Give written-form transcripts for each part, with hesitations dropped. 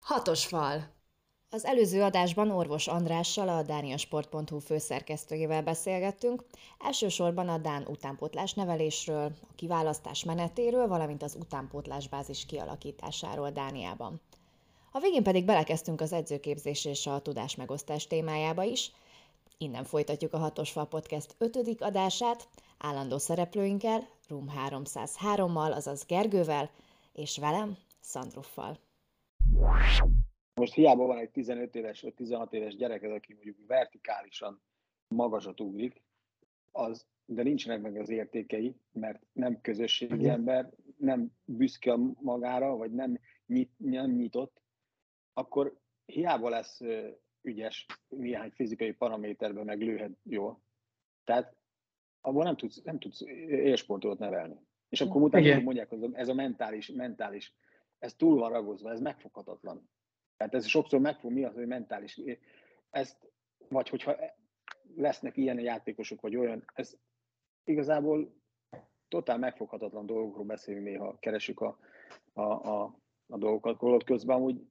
Hatos fal. Az előző adásban Orvos Andrással, a dániasport.hu főszerkesztőjével beszélgettünk, elsősorban a dán utánpótlás nevelésről, a kiválasztás menetéről, valamint az utánpótlás bázis kialakításáról Dániában. A végén pedig belekezdtünk az edzőképzés és a tudásmegosztás témájába is. Innen folytatjuk a Hatos fal podcast 5. adását, állandó szereplőinkkel, Room 303-mal, azaz Gergővel, és velem, Szandruffal. Most hiába van egy 15 éves vagy 16 éves gyereked, aki mondjuk vertikálisan magasat ugrik, de nincsenek meg az értékei, mert nem közösségi ember, nem büszke magára, vagy nem nyitott, akkor hiába lesz ügyes néhány fizikai paraméterben, meg lőhet jól. Tehát abból nem tudsz élsportot nevelni. És akkor utána mondják, hogy ez a mentális, ez túl van ragozva, ez megfoghatatlan. Tehát ez sokszor megfog, mi az, hogy mentális. Vagy hogyha lesznek ilyen játékosok, vagy olyan, ez igazából totál megfoghatatlan dolgokról beszélünk, néha keresünk a dolgokat, holott közben amúgy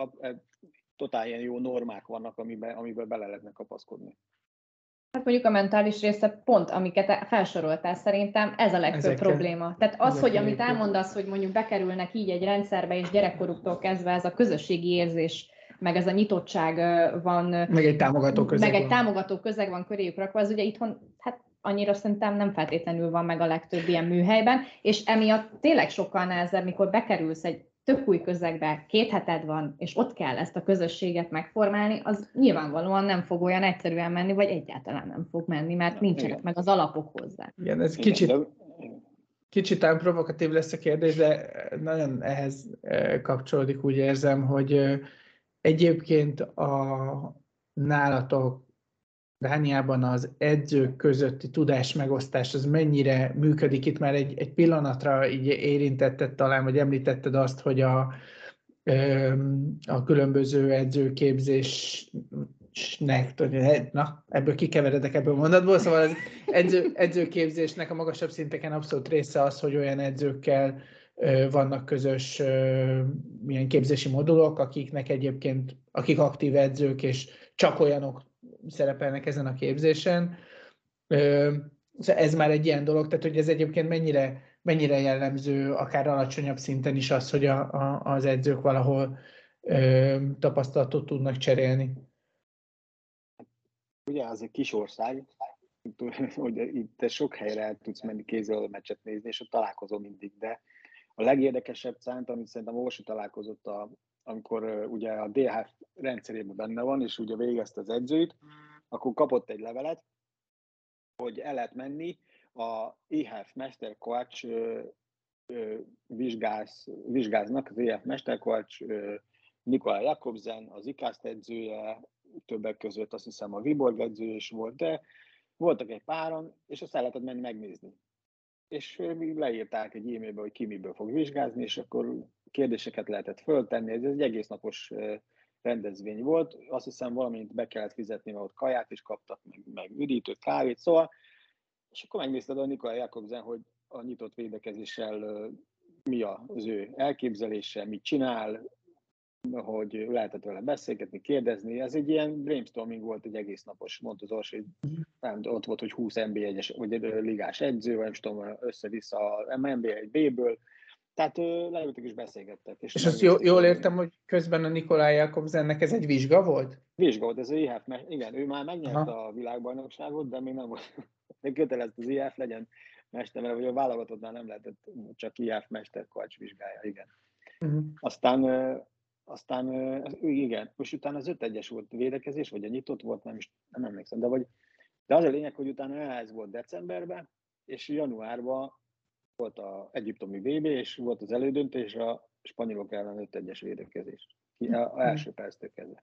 totál ilyen jó normák vannak, amiben bele lehetne kapaszkodni. Hát mondjuk a mentális része pont, amiket felsoroltál, szerintem ez a legfőbb probléma. Tehát az, hogy amit elmondasz, hogy mondjuk bekerülnek így egy rendszerbe, és gyerekkoruktól kezdve ez a közösségi érzés, meg ez a nyitottság van. Meg egy támogató közeg van köréjük rakva, az ugye itthon, hát annyira szerintem nem feltétlenül van meg a legtöbb ilyen műhelyben, és emiatt tényleg sokkal nehezebb, mikor bekerülsz egy tök új közegbe, 2 heted van, és ott kell ezt a közösséget megformálni, az nyilvánvalóan nem fog olyan egyszerűen menni, vagy egyáltalán nem fog menni, mert nincsenek meg az alapok hozzá. Igen, ez kicsit provokatív lesz a kérdés, de nagyon ehhez kapcsolódik, úgy érzem, hogy egyébként nálatok Dániában az edzők közötti tudásmegosztás az mennyire működik? Itt már egy pillanatra így érintetted talán, vagy említetted azt, hogy a különböző edzőképzésnek, ebből kikeveredek ebből a mondatból, szóval az edzőképzésnek a magasabb szinteken abszolút része az, hogy olyan edzőkkel vannak közös milyen képzési modulok, akik aktív edzők, és csak olyanok szerepelnek ezen a képzésen. Ez már egy ilyen dolog, tehát hogy ez egyébként mennyire jellemző, akár alacsonyabb szinten is az, hogy az edzők valahol tapasztalatot tudnak cserélni. Ugye az egy kis ország, hogy itt sok helyre el tudsz menni kézzel meccset nézni, és ott találkozom mindig, de a legérdekesebb szánt, amit szerintem Orsi találkozott, amikor ugye a DHF rendszerében benne van, és ugye végezte az edzőit, akkor kapott egy levelet, hogy el lehet menni a EHF mestercoach vizsgáznak, az EHF mestercoach Nikolaj Jakobsen, az ICAST edzője, többek között azt hiszem a Viborg edző is volt, de voltak egy páran, és azt el lehetett menni megnézni. És leírták egy e-mailbe, hogy ki miből fog vizsgázni, és akkor kérdéseket lehetett föltenni. Ez egy egész napos rendezvény volt. Azt hiszem valamint be kellett fizetni, mert ott kaját is kaptak, meg üdítőt, kávét, szóval. És akkor megnézted a Nikolaj Jakobsen, hogy a nyitott védekezéssel mi az ő elképzelése, mit csinál, hogy lehetett vele beszélgetni, kérdezni. Ez egy ilyen brainstorming volt, egy egész napos, mondta az Orsi, ott volt, hogy 20 NB1-es, vagy ligás edző, vagy nem tudom, össze-vissza a NB1B-ből. Tehát leültek és beszélgettek. És azt jól értem, hogy közben a Nikolaj Jakobsennek ez egy vizsga volt? Vizsga volt, ez az IHF, igen, ő már megnyerte a világbajnokságot, de még nem volt. De kötelezett az IHF legyen mester, mert a válogatottnál nem lehetett csak IHF mestercoach vizsgálja, igen. Aztán igen, most utána az 5-1-es volt védekezés, vagy a nyitott volt, nem emlékszem, de az a lényeg, hogy utána ez volt decemberben, és januárban volt az egyiptomi VB, és volt az elődöntés, a spanyolok ellen 5-1-es védekezés. Az első perctől kezdve.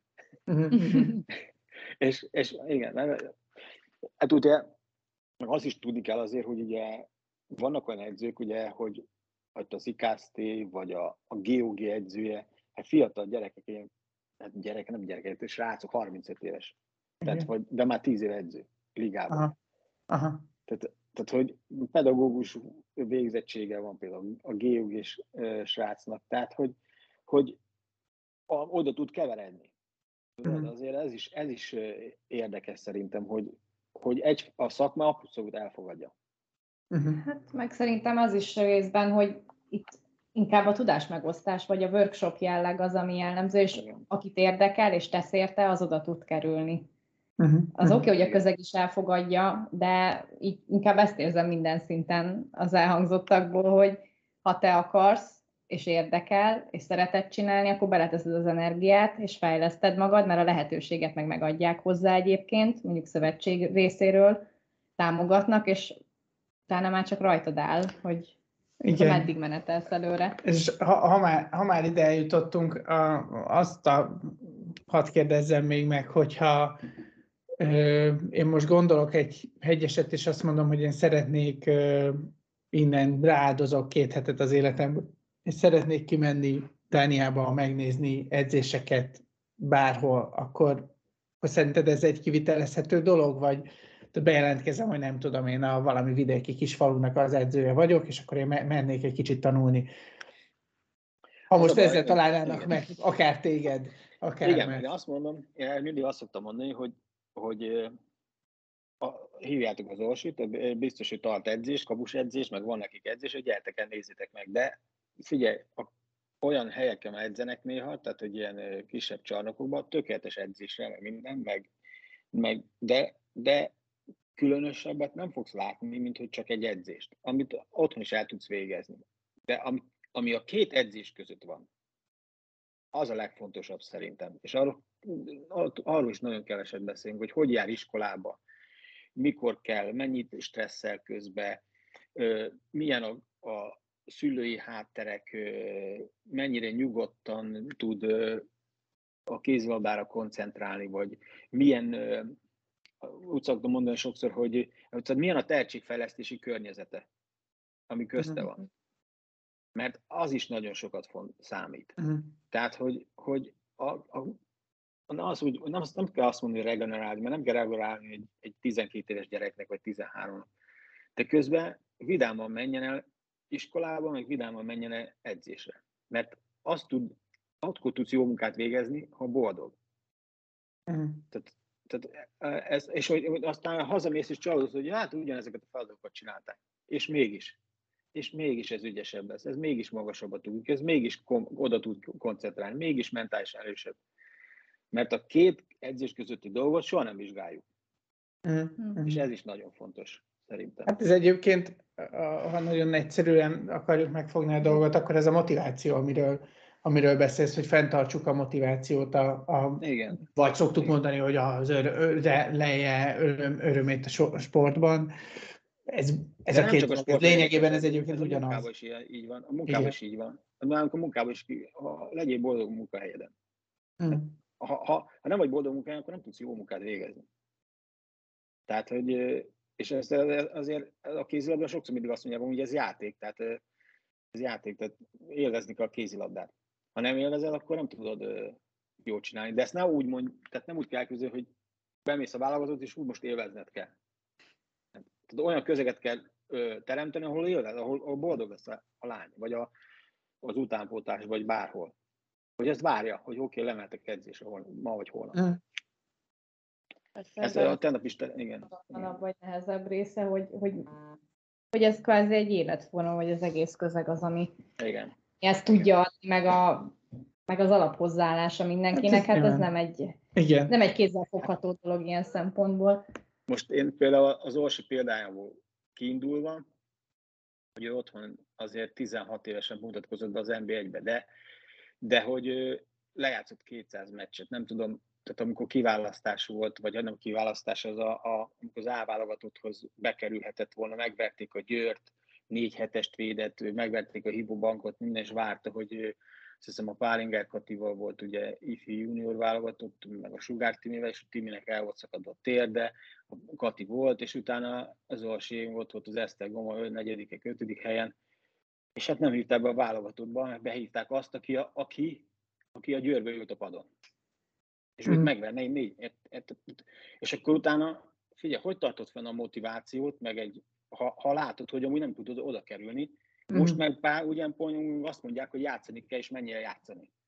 és igen, hát ugye azt is tudni kell azért, hogy ugye vannak olyan edzők, ugye, hogy az IKST, vagy a GOG edzője, hát fiatal gyerekek, ilyen, hát nem gyerekek, srácok, 35 éves. Tehát, de már 10 éve edző ligában. Aha. Tehát, hogy pedagógus végzettsége van például a GOG-s srácnak. Tehát, hogy oda tud keveredni. Tudod, Mhm. azért ez is érdekes szerintem, hogy a szakma abszolút elfogadja. Mhm. Hát meg szerintem az is részben, hogy itt inkább a tudásmegosztás vagy a workshop jelleg az, ami jellemző, és Igen. akit érdekel és tesz érte, az oda tud kerülni. Mhm. Az oké, hogy a Igen. közeg is elfogadja, de így inkább ezt érzem minden szinten az elhangzottakból, hogy ha te akarsz, és érdekel, és szereted csinálni, akkor beleteszed az energiát, és fejleszted magad, mert a lehetőséget meg megadják hozzá egyébként, mondjuk szövetség részéről támogatnak, és utána már csak rajtad áll, hogy Igen. meddig menetelsz előre. És ha már ide eljutottunk, hadd kérdezzem még meg, hogyha én most gondolok egy hegyeset, és azt mondom, hogy én szeretnék innen rááldozok 2 hetet az életemből, és szeretnék kimenni Dániába, megnézni edzéseket bárhol, akkor szerinted ez egy kivitelezhető dolog, vagy bejelentkezem, hogy nem tudom, én a valami vidéki kis falunak az edzője vagyok, és akkor én mennék egy kicsit tanulni. Ha Az most a baj, ezzel találnának igen. meg, akár téged, akár Igen, meg. én azt mondom, én mindig azt szoktam mondani, hogy hívjátok az Orsit, biztos, hogy tart edzés, kapus edzés, meg van nekik edzés, hogy gyertek el, nézzétek meg. De figyelj, olyan helyeken edzenek néha, tehát hogy ilyen kisebb csarnokokban, tökéletes edzésre, meg minden, de különösebbet nem fogsz látni, mint hogy csak egy edzést, amit otthon is el tudsz végezni. De ami a 2 edzés között van, az a legfontosabb szerintem. És arról is nagyon keveset beszélünk, hogy jár iskolába, mikor kell, mennyit stresszel közbe, milyen a szülői hátterek, mennyire nyugodtan tud a kézilabdára koncentrálni, vagy milyen, úgy szoktam mondani sokszor, hogy milyen a tehetségfejlesztési környezete, ami közte van. Mert az is nagyon sokat számít. Tehát, hogy nem kell azt mondani, hogy regenerálni, mert nem kell regenerálni egy 12 éves gyereknek, vagy 13. De közben vidáman menjen el iskolába, meg vidáman menjen el edzésre. Mert akkor tudsz jó munkát végezni, ha boldog. Tehát és hogy aztán hazamész és csalódsz, hogy hát ugyanezeket a feladatokat csinálták. És mégis ez ügyesebb lesz, ez mégis magasabbat tud, ez mégis oda tud koncentrálni, mégis mentálisan erősebb. Mert a 2 edzés közötti dolgot soha nem vizsgáljuk. És ez is nagyon fontos, szerintem. Hát ez egyébként, ha nagyon egyszerűen akarjuk megfogni a dolgot, akkor ez a motiváció, amiről beszélsz, hogy fenntartsuk a motivációt, Igen. vagy szoktuk mondani, hogy az leje örömét a sportban. Ez a 2 dolog, lényegében ez egyébként ugyanaz. A munkában is így van. A munkában is így van. A munkában is legyél boldog a munkahelyeden. Ha nem vagy boldog munkahelyen, akkor nem tudsz jó munkát végezni. Tehát, hogy és azért a kézilabdában sokszor mindig azt mondják, hogy ez játék, tehát élvezni kell a kézilabdát. Ha nem élvezel, akkor nem tudod jól csinálni. De ezt nem úgy kell elképzelni, hogy bemész a válogatót, és úgy most élvezned kell. Tehát olyan közeget kell teremteni, ahol élvez, ahol boldog lesz a lány, vagy az utánpótlás, vagy bárhol. Hogy ezt várja, hogy oké, lemeltek edzésre ma vagy holnap. Ez a tegnap is, igen. Van vagy nehezebb része, hogy ez kvázi egy életforma, vagy az egész közeg az, ami igen. ezt tudja adni, meg az alaphozzáállása mindenkinek, hát ez nem egy kézzelfogható dolog ilyen szempontból. Most én például az Orsi példájából kiindulva, hogy ő otthon azért 16 évesen mutatkozott be az NB1-be, de hogy lejátszott 200 meccset, nem tudom, tehát amikor kiválasztás volt, vagy nem kiválasztás, amikor az A-válogatotthoz bekerülhetett volna, megverték a Győrt, 4-7-est védett, megverték a Hypo Bankot, minden is várta, hogy azt hiszem a Pálinger Katival volt ugye ifjú junior válogatott, meg a Sugár Timivel, és a Timinek el volt szakadva a térde, a Kati volt, és utána az Orsi volt az Esztergom, 4., 5. helyen, és hát nem hívták be a válogatottba, mert behívták azt, aki a Győrből ült a padon. És őt megverne 4. És akkor utána, figyelj, hogy tartod fenn a motivációt, meg ha látod, hogy amúgy nem tudod oda kerülni, most meg ugyan azt mondják, hogy játszani kell, és mennyire játszani.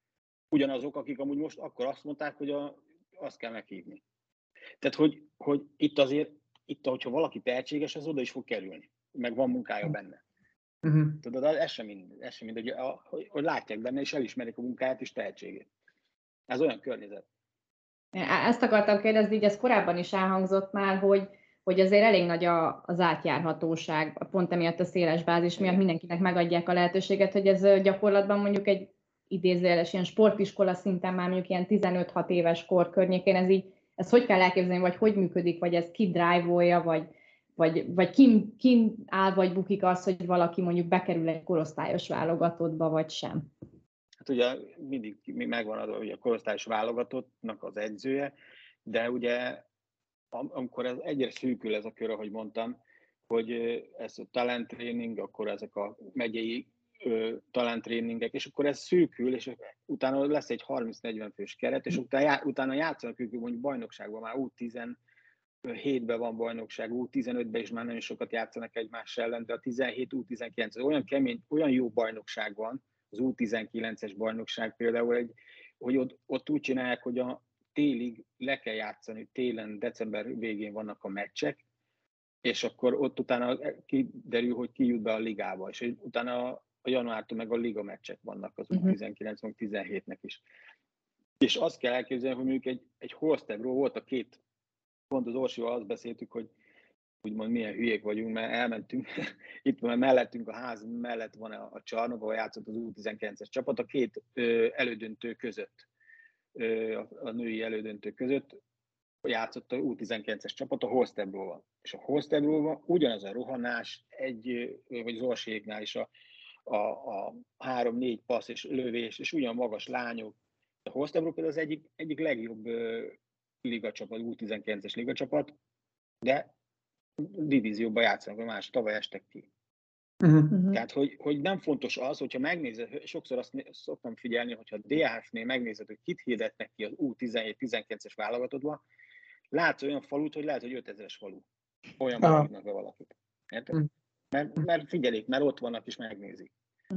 ugyanazok, akik amúgy most akkor azt mondták, hogy azt kell meghívni. Tehát, hogy itt azért, hogyha valaki tehetséges, az oda is fog kerülni, meg van munkája benne. Tudod, ez sem mindegy, hogy látják benne, és elismerik a munkáját és tehetségét. Ez olyan környezet. Ezt akartam kérdezni, így ez korábban is elhangzott már, hogy azért elég nagy az átjárhatóság, pont emiatt a széles bázis miatt mindenkinek megadják a lehetőséget, hogy ez gyakorlatban mondjuk egy idézőjeles ilyen sportiskola szinten már mondjuk ilyen 15-6 éves kor környékén, ez hogy kell elképzelni, vagy hogy működik, vagy ez ki drive-olja, vagy ki áll, vagy bukik az, hogy valaki mondjuk bekerül egy korosztályos válogatottba, vagy sem? Hát ugye mindig megvan a korosztályos válogatottnak az edzője, de ugye amikor ez egyre szűkül ez a kör, ahogy mondtam, hogy ez a talent training, akkor ezek a megyei talent trainingek, és akkor ez szűkül, és utána lesz egy 30-40 fős keret, és utána játszanak ők mondjuk bajnokságban, már U17-ben van bajnokság, U15-ben is már nagyon sokat játszanak egymás ellen, de a 17, U19 olyan kemény, olyan jó bajnokság van, az U19-es bajnokság például, hogy ott úgy csinálják, hogy a télig le kell játszani, télen, december végén vannak a meccsek, és akkor ott utána kiderül, hogy ki jut be a ligába, és utána a januártól meg a liga meccsek vannak az U19, meg 17-nek is. És azt kell elképzelni, hogy mondjuk egy Holstebről volt a két, pont az Orsival azt beszéltük, hogy úgymond milyen hülyék vagyunk, mert elmentünk, itt van mellettünk, a ház mellett van a csarnok, ahol játszott az U19-es csapat, a két elődöntő között, a női elődöntő között játszott a U19-es csapat a Holstebróval. És a Holstebróval ugyanaz a rohanás, vagy az Orsiéknál is a 3-4 passz és lövés, és ugyan magas lányok. A Holstebró például az egyik legjobb ligacsapat, U19-es ligacsapat, de divízióban játszanak, a más tavaly estek ki. Tehát, hogy nem fontos az, hogyha megnézed, sokszor azt szoktam figyelni, hogyha a DHF-nél megnézed, hogy kit hirdetnek ki az U17-19-es válogatottban, látsz olyan falut, hogy lehet, hogy 5000-es falu. Olyan hívnak be valakit. Érted? Mert figyelik, mert ott vannak és megnézik.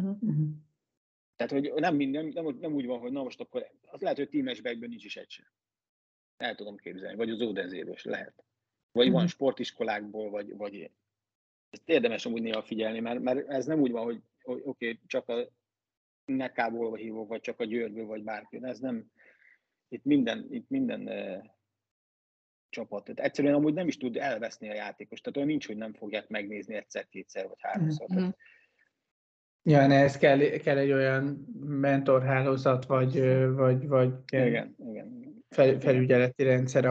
Tehát, hogy nem úgy van, hogy na most akkor, az lehet, hogy tímesbekből nincs is egy sem. El tudom képzelni, vagy az Ódezéből is lehet. Vagy van sportiskolákból, vagy ezt érdemes amúgy néha figyelni, mert ez nem úgy van, hogy oké, csak a Nekából hívok, vagy csak a Győrből, vagy bárki. Ez nem, itt minden csapat. Tehát egyszerűen amúgy nem is tud elveszni a játékos. Tehát olyan nincs, hogy nem fogják megnézni egyszer-kétszer, vagy háromszor. Ja, ehhez kell egy olyan mentorhálózat, vagy igen. felügyeleti rendszer,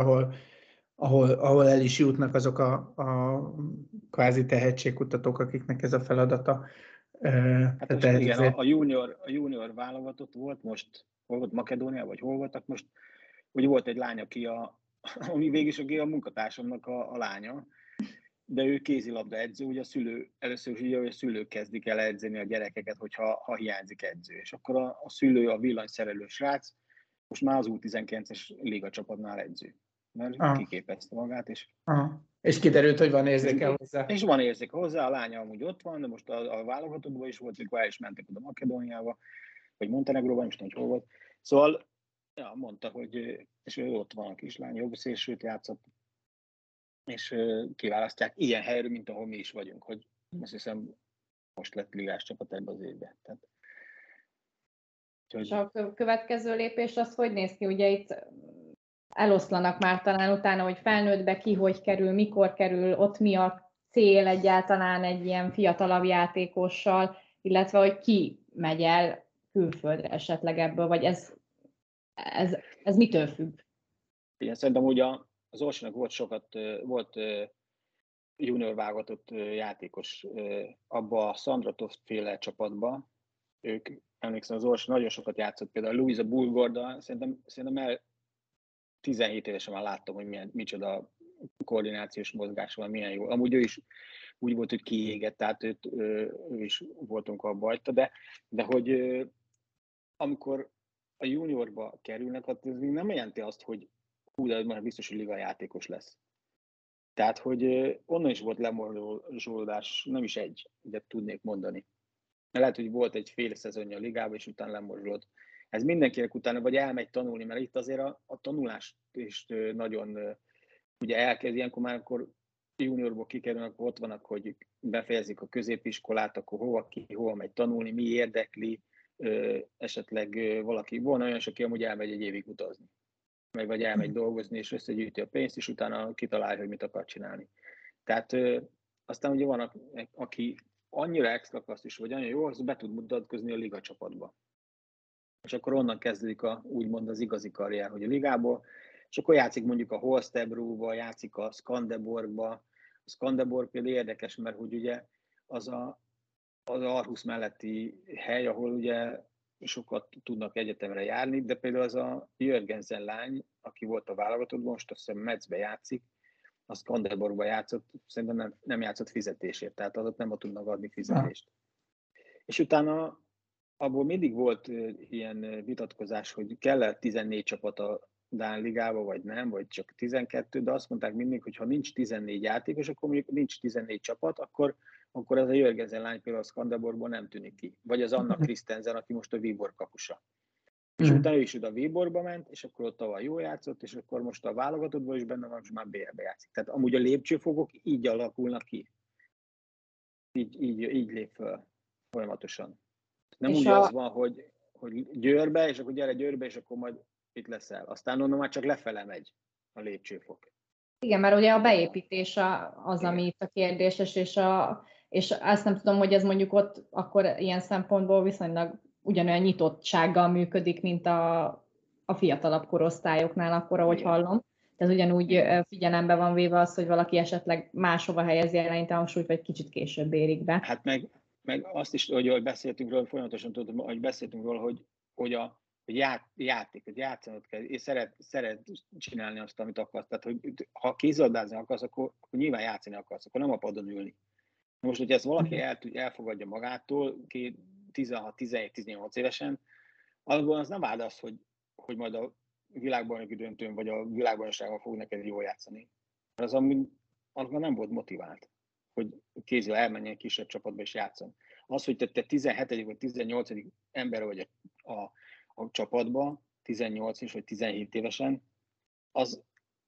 ahol el is jutnak azok a kvázi tehetségkutatók, akiknek ez a feladata. Hát most igen, a junior válogatott volt most, hol volt Makedónia, vagy hol voltak most, hogy volt egy lány, ami végig a munkatársamnak a lánya, de ő kézilabda edző, ugye először ugye a szülők kezdik el edzeni a gyerekeket, ha hiányzik edző. És akkor a szülő, a villanyszerelő srác, most már az U19-es liga csapatnál edző. Mert kiképezte magát. És kiderült, hogy van érzéke hozzá. És van érzéke hozzá, a lánya amúgy ott van, de most a válogatottban is volt, mikor el is mentek oda Makedóniába, vagy Montenegróban, most nem hol volt. Szóval mondta, hogy és ő ott van a kislány, jobb szélsőt játszott, és kiválasztják ilyen helyről, mint ahol mi is vagyunk, hogy azt hiszem most lett ligás csapat ebben az évben. Tehát, és a következő lépés az hogy néz ki? Ugye itt eloszlanak már talán utána, hogy felnőttbe ki, hogy kerül, mikor kerül, ott mi a cél egyáltalán egy ilyen fiatalabb játékossal, illetve hogy ki megy el külföldre esetleg ebből, vagy ez mitől függ? Igen, szerintem ugye az Orsinak volt junior válogatott játékos abba a Szandratov féle csapatba. Ők, emlékszem, az Orsi nagyon sokat játszott, például Luisa Bulgorda, szerintem 17 évesen már láttam, hogy micsoda koordinációs mozgás van, milyen jó. Amúgy ő is úgy volt, hogy kiégett, tehát ő is voltunk abba hagyta, de hogy amikor a juniorba kerülnek, az nem jelenti azt, hogy de már biztos, hogy liga játékos lesz. Tehát, hogy onnan is volt lemorzsolódás, nem is egyet tudnék mondani. Lehet, hogy volt egy fél szezonja a ligában, és utána lemorzsolódott. Ez mindenkinek utána vagy elmegy tanulni, mert itt azért a tanulást is nagyon ugye elkezd, ilyenkor már akkor juniorból kikerülnek, akkor ott vannak, hogy befejezik a középiskolát, akkor hova megy tanulni, mi érdekli, esetleg valaki, volna olyan, aki amúgy elmegy egy évig utazni, meg vagy elmegy dolgozni, és összegyűjti a pénzt, és utána kitalálja, hogy mit akar csinálni. Tehát aztán ugye van, aki annyira extra klasszis, vagy annyira jó, az be tud mutatkozni a liga csapatba. És akkor onnan kezdődik úgymond az igazi karrier, hogy a ligából, és akkor játszik mondjuk a Holstebro-ba, játszik a Skanderborgba. A Skanderborg például érdekes, mert hogy ugye az Aarhus melletti hely, ahol ugye sokat tudnak egyetemre járni, de például az a Jörgensen lány, aki volt a válogatottban, most azt hiszem Metzbe játszik, a Skanderborgban játszott, szerintem nem játszott fizetésért, tehát azok nem tudnak adni fizetést. És utána abból mindig volt ilyen vitatkozás, hogy kell-e 14 csapat a Dán ligába, vagy nem, vagy csak 12, de azt mondták mindig, hogy ha nincs 14 játékos, akkor mondjuk nincs 14 csapat, akkor ez a Jörgensen lány például a Skanderborgból nem tűnik ki. Vagy az Anna Christensen, aki most a Viborg kapusa. És utána ő is oda a Viborgba ment, és akkor ott tavaly jól játszott, és akkor most a válogatottban is benne van, és már BL-be játszik. Tehát amúgy a lépcsőfokok így alakulnak ki. Így lép föl folyamatosan. Nem úgy az van, hogy Győrbe, és akkor gyere Győrbe, és akkor majd itt leszel. Aztán onnan már csak lefele megy a lépcsőfok. Igen, mert ugye a beépítés az, ami itt a kérdéses, és azt nem tudom, hogy ez mondjuk ott akkor ilyen szempontból viszonylag ugyanolyan nyitottsággal működik, mint a fiatalabb korosztályoknál, akkor, ahogy hallom. Tehát ugyanúgy figyelembe van véve az, hogy valaki esetleg máshova helyezi eleinte a hangsúlyt, vagy kicsit később érik be. Hát meg azt is, hogy beszéltünk róla, folyamatosan tudom, hogy beszéltünk róla, hogy játék, hogy játszanod kell, és szeret csinálni azt, amit akarsz. Tehát, hogy ha kézilabdázni akarsz, akkor nyilván játszani akarsz, akkor nem a padon ülni. Most, hogyha ezt valaki elfogadja magától 16-17-18 évesen, az nem várd azt, hogy majd a világbajnoki döntőn vagy a világbajnokságon fog neked jól játszani. Az akkor nem volt motivált, hogy kézzel elmenjen kisebb csapatba és játszon. Az, hogy te 17. vagy 18. ember vagy a csapatba, 18 és vagy 17 évesen, az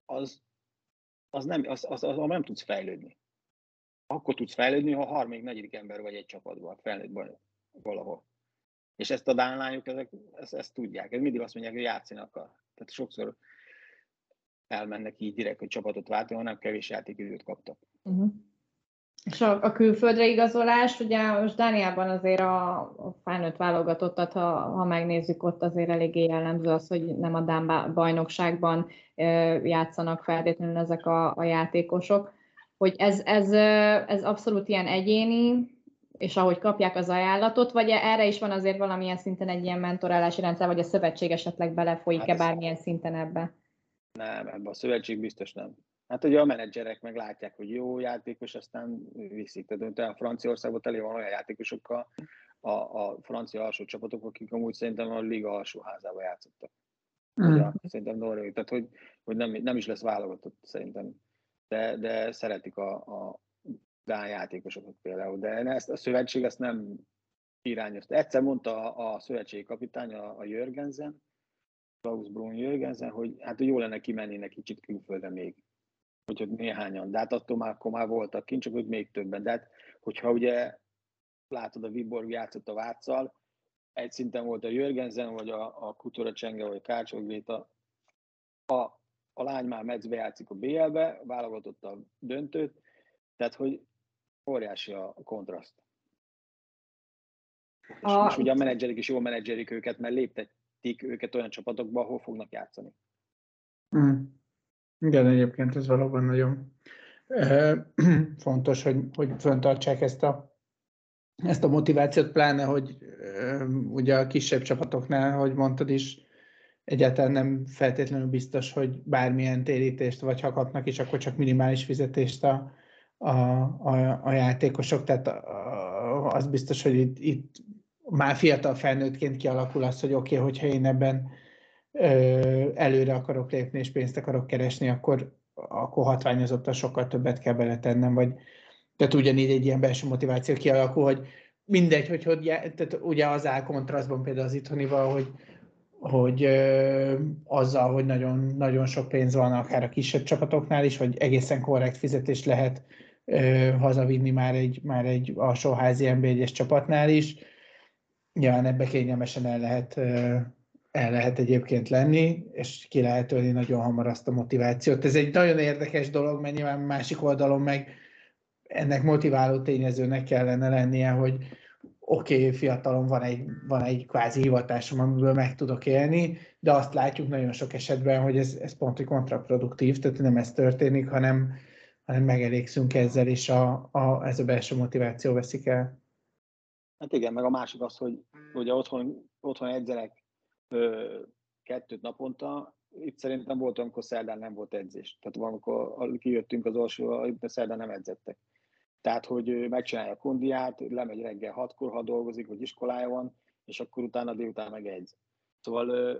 nem tudsz fejlődni. Akkor tudsz fejlődni, ha 34. ember vagy egy csapatban, felnőtt valahol. És ezt a dán lányok, ezt tudják. Ez mindig azt mondják, hogy játszani akar. Tehát sokszor elmennek így direkt, hogy csapatot váltani, hanem kevés játékidőt kaptak. És a külföldre igazolás, ugye most Dániában azért a felnőtt válogatottat, ha megnézzük, ott azért eléggé jellemző az, hogy nem a dán bajnokságban játszanak feltétlenül ezek a játékosok. Hogy ez abszolút ilyen egyéni, és ahogy kapják az ajánlatot, vagy erre is van azért valamilyen szinten egy ilyen mentorálási rendszer, vagy a szövetség esetleg belefolyik-e bármilyen szinten ebbe? Nem, ebbe a szövetség biztos nem. Hát ugye a menedzserek meg látják, hogy jó játékos, aztán viszik. Tehát a Franciaországban tele van olyan játékosokkal, a francia alsó csapatok, akik amúgy szerintem a liga alsóházában játszottak. Szerintem Norvég, tehát hogy nem is lesz válogatott szerintem. De szeretik a dán játékosokat például. De ezt a szövetség ezt nem irányozta. Egyszer mondta a szövetségi kapitány, a Jörgensen, Klaus Brun Jörgensen, hogy hát jó lenne kimennének kicsit külföldre még. Hogy néhányan, de hát attól már voltak kint, csak hogy még többen. De hát, hogyha ugye látod, a Viborg játszott a Váccal, egy szinten volt a Jörgensen, vagy a Kutora Csenge, vagy a Kácsok Gréta. A lány már Metzbe játszik a BL-be, válogatott a döntőt, tehát hogy óriási a kontraszt. És ugye a menedzserik is jól menedzserik őket, mert léptették őket olyan csapatokba, ahol fognak játszani. Igen, egyébként ez valóban nagyon fontos, hogy fenntartsák ezt a motivációt, pláne, hogy ugye a kisebb csapatoknál, ahogy mondtad is, egyáltalán nem feltétlenül biztos, hogy bármilyen térítést, vagy ha kapnak is, akkor csak minimális fizetést a játékosok. Tehát az biztos, hogy itt már fiatal felnőttként kialakul az, hogy oké, hogyha én ebben előre akarok lépni és pénzt akarok keresni, akkor hatványozottan sokkal többet kell beletennem, vagy tehát ugyanígy egy ilyen belső motiváció kialakul, hogy mindegy, tehát ugye az áll kontrasztban például az itthonival, azzal, hogy nagyon, nagyon sok pénz van akár a kisebb csapatoknál is, vagy egészen korrekt fizetést lehet hazavinni már egy alsóházi NB1-es csapatnál is. Nyilván ebbe kényelmesen el lehet egyébként lenni, és ki lehet tölni nagyon hamar azt a motivációt. Ez egy nagyon érdekes dolog, mert nyilván másik oldalon meg ennek motiváló tényezőnek kellene lennie, hogy oké, fiatalon van egy kvázi hivatásom, amiből meg tudok élni, de azt látjuk nagyon sok esetben, hogy ez pont hogy kontraproduktív, tehát nem ez történik, hanem megelégszünk ezzel, és ez a belső motiváció veszik el. Hát igen, meg a másik az, hogy ugye otthon edzelek 2 naponta, itt szerintem volt, amikor szerdán nem volt edzés. Tehát valamikor kijöttünk az alsóra, itt szerdán nem edzettek. Tehát, hogy megcsinálja a kondiát, lemegy reggel 6-kor, ha dolgozik, vagy iskolája van, és akkor utána délután meg edz. Szóval,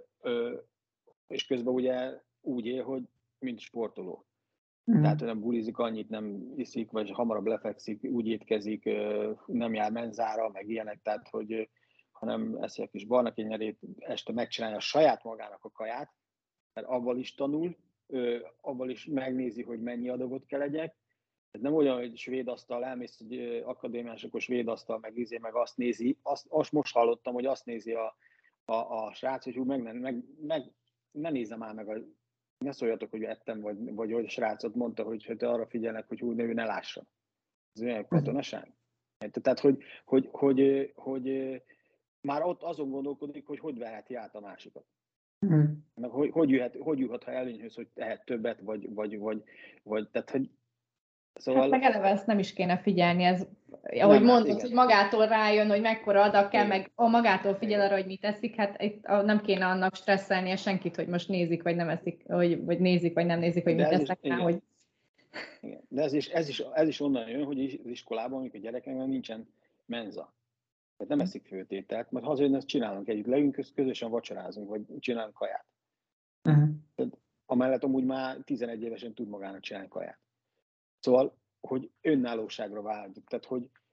és közben ugye úgy él, hogy mint sportoló. Tehát nem bulizik annyit, nem iszik, vagy hamarabb lefekszik, úgy étkezik, nem jár menzára, meg ilyenek, tehát, hogy hanem eszi a kis barna kenyerét, este megcsinálja saját magának a kaját, mert avval is tanul, avval is megnézi, hogy mennyi adagot kell legyek. Ez nem olyan, hogy svéd asztal, elmész egy akadémiás, akkor svéd asztal, meg azt nézi. Azt most hallottam, hogy azt nézi a srác, hogy ne nézze már meg, ne szóljatok, hogy ettem, vagy hogy a srácot mondta, hogy te arra figyelnek, hogy úgy ő ne lássa. Ez olyan katonaság. Tehát, hogy már ott azon gondolkodik, hogy verheti át a másikat. Meg hogy jöhet, ha előnyhöz, hogy tehet többet, vagy tehát, hogy szóval... Hát meg eleve ezt nem is kéne figyelni, ez, ahogy mondod, hogy magától rájön, hogy mekkora adag kell, meg magától figyel arra, hogy mit eszik, hát itt nem kéne annak stresszelnie senkit, hogy most nézik, vagy nem eszik, vagy nézik, vagy nem nézik, hogy mit eszek rá, hogy... Igen. De ez is onnan jön, hogy az iskolában, amikor a gyerekeknek nincsen menza. Tehát nem eszik főtételt, majd hazajön, ezt csinálunk együtt, leülünk, közösen vacsorázunk, vagy csinálunk kaját. Tehát amellett amúgy már 11 évesen tud magának csinálni kaját. Szóval, hogy önállóságra vágyunk, tehát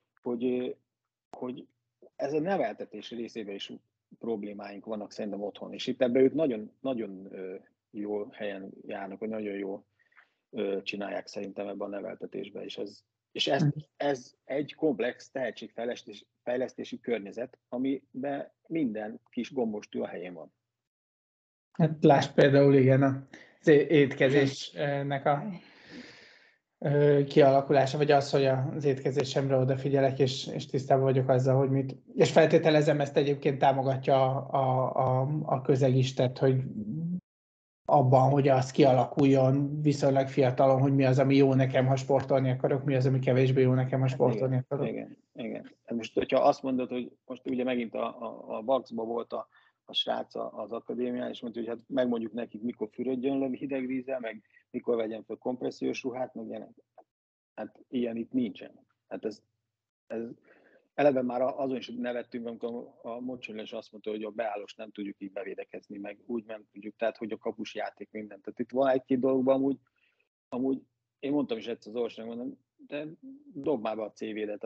hogy ez a neveltetés részében is problémáink vannak szerintem otthon, és itt ebben ők nagyon, nagyon jó helyen járnak, vagy nagyon jól csinálják szerintem ebben a neveltetésben, és ez egy komplex tehetségfejlesztési környezet, amiben minden kis gombostű a helyén van. Hát lásd például igen az étkezésnek a kialakulása, vagy az, hogy az étkezésemre odafigyelek, és tisztában vagyok azzal, hogy mit... És feltételezem, ezt egyébként támogatja a közeg is, tehát, hogy abban, hogy az kialakuljon viszonylag fiatalon, hogy mi az, ami jó nekem, ha sportolni akarok, mi az, ami kevésbé jó nekem, ha sportolni akarok. Igen. Most, hogyha azt mondod, hogy most ugye megint a Bucksban volt a srác az akadémián, és mondta, hogy hát megmondjuk nekik, mikor fürödjön le hideg vízzel, meg mikor vegyen fel kompressziós ruhát, meg ilyenek. Hát ilyen itt nincsen. Hát ez eleve már azon is nevettünk, amikor a Mocsonyos azt mondta, hogy a beállós nem tudjuk így bevédekezni, meg úgy nem tudjuk, tehát hogy a kapus játék minden. Tehát itt van egy-két dologban amúgy én mondtam is egyszer az Orsolnak, mondom, de dob már be a CV-det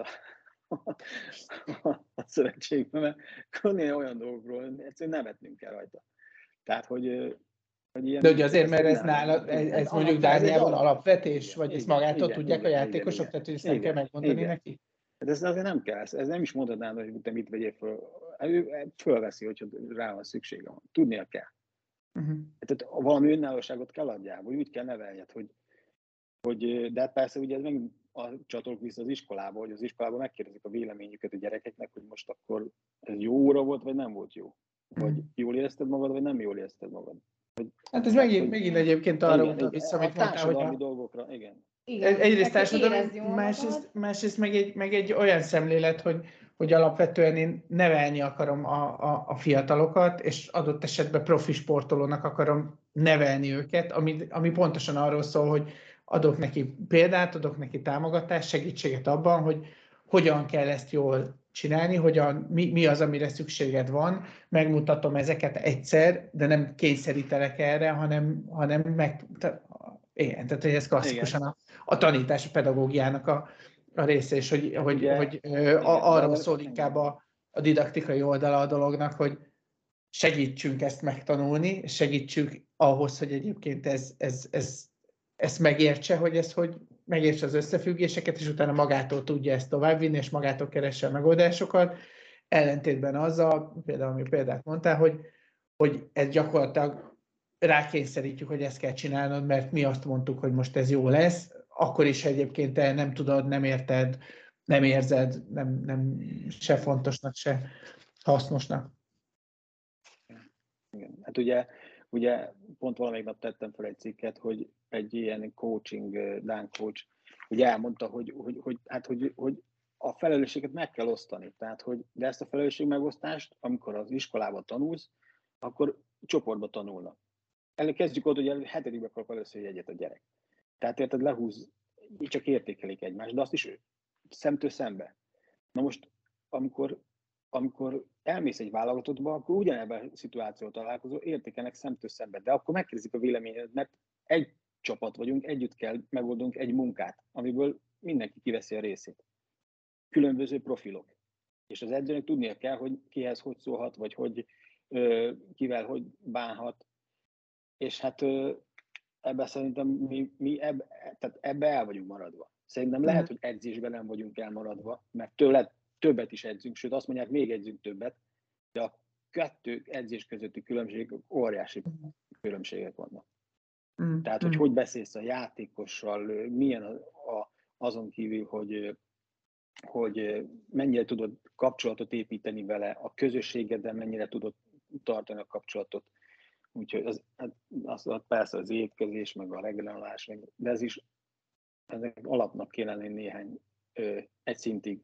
a szövetségben, mert akkor olyan dolgokról egyszerűen nevetnünk kell rajta. Tehát, hogy ilyen, de ugye azért, mert ez nála, ez mondjuk Dániában alapvetés, vagy ezt magától tudják a játékosok, tehát hogy ezt nem kell megmondani neki? Ez azért nem kell, ez nem is mondhatnám, hogy te mit vegyél föl. Ő fölveszi, hogyha rá van szüksége van. Tudnia kell. Tehát valami önállóságot kell adjál, vagy úgy kell neveljed, hogy de persze ugye ez meg csatolok vissza az iskolába, hogy az iskolában megkérdezik a véleményüket a gyerekeknek, hogy most akkor ez jó óra volt, vagy nem volt jó. Vagy jól érezted magad, vagy nem jól érezted magad. Hát ez megint egyébként arra utal vissza, amit mondtál, hogy dolgokra, igen. Egyrészt társadalmi, másrészt meg egy olyan szemlélet, hogy alapvetően én nevelni akarom a fiatalokat, és adott esetben profi sportolónak akarom nevelni őket, ami pontosan arról szól, hogy adok neki példát, adok neki támogatást, segítséget abban, hogy hogyan kell ezt jól csinálni, mi az, amire szükséged van, megmutatom ezeket egyszer, de nem kényszerítelek erre, hanem igen, tehát hogy ez klasszikusan a tanítás, a pedagógiának a része, és hogy arról szól inkább a didaktikai oldala a dolognak, hogy segítsünk ezt megtanulni, és segítsünk ahhoz, hogy egyébként ezt megértse, hogy ez hogy megértse az összefüggéseket, és utána magától tudja ezt továbbvinni, és magától keresse a megoldásokat. Ellentétben azzal, például, ami példát mondtál, hogy ez gyakorlatilag rákényszerítjük, hogy ezt kell csinálnod, mert mi azt mondtuk, hogy most ez jó lesz, akkor is egyébként te nem tudod, nem érted, nem érzed, nem se fontosnak, se hasznosnak. Igen. Hát ugye pont valamelyik nap tettem fel egy cikket, hogy egy ilyen coaching, Dán coach, ugye elmondta, hogy a felelősséget meg kell osztani. Tehát, de ezt a felelősség megosztást, amikor az iskolában tanulsz, akkor csoportba tanulnak. Kezdjük ott, hogy a 7-be kap először jegyet a gyerek. Tehát érted, lehúz, így csak értékelik egymást, de azt is szemtől szembe. Na most, amikor elmész egy válogatottba, akkor ugyanebben a szituációval találkozol, értékelnek szemtől szembe. De akkor megkérdezik a véleményedet, mert egy csapat vagyunk, együtt kell megoldunk egy munkát, amiből mindenki kiveszi a részét. Különböző profilok. És az edzőnek tudnia kell, hogy kihez hogy szólhat, vagy kivel hogy bánhat. És hát ebben szerintem mi ebbe el vagyunk maradva. Szerintem lehet, hogy edzésben nem vagyunk elmaradva, mert többet is edzünk, sőt azt mondják, még edzünk többet, de a kettő edzés közötti különbség, óriási különbségek vannak. Tehát, hogy beszélsz a játékossal, milyen azon kívül, hogy mennyire tudod kapcsolatot építeni vele, a közösségeddel mennyire tudod tartani a kapcsolatot. Úgyhogy az persze az étkezés, meg a regenerálás, de ezek alapnak kéne lenni néhány egy szintig.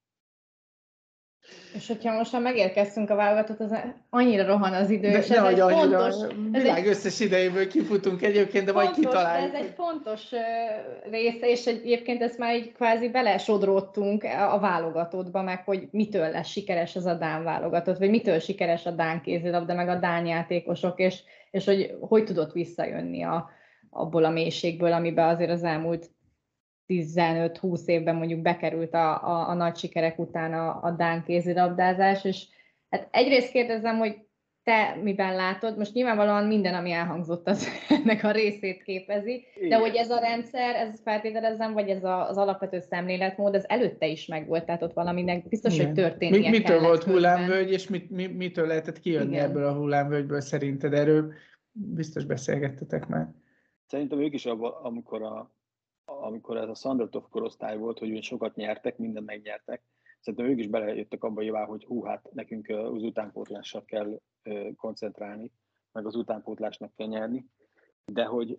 És hogyha most már megérkeztünk a válogatott, az annyira rohan az idő, és ez egy fontos... Világ összes idejéből kifutunk egyébként, de majd kitaláljuk. De ez egy fontos része, és egyébként ezt már így kvázi belesodródtunk a válogatottba, meg hogy mitől lesz sikeres az a dán válogatott, vagy mitől sikeres a dán kézilabda, meg a dán játékosok, és hogy tudott visszajönni abból a mélységből, amiben azért az elmúlt 15-20 évben mondjuk bekerült a nagy sikerek után a dán kézilabdázás, és hát egyrészt kérdezem, hogy te miben látod, most nyilvánvalóan minden, ami elhangzott, az ennek a részét képezi, de hogy ez a rendszer, ez feltételezem, vagy ez az alapvető szemléletmód, ez előtte is megvolt, tehát ott valaminek biztos, hogy történnie kellett. Mitől volt hullámvölgy, és mitől lehetett kijönni ebből a hullámvölgyből szerinted? Erről biztos beszélgettetek már. Szerintem ők is amikor ez a Szandratov korosztály volt, hogy sokat nyertek, mindent megnyertek, szerintem ők is belejöttek abba, hogy hát nekünk az utánpótlással kell koncentrálni, meg az utánpótlásnak kell nyerni, de hogy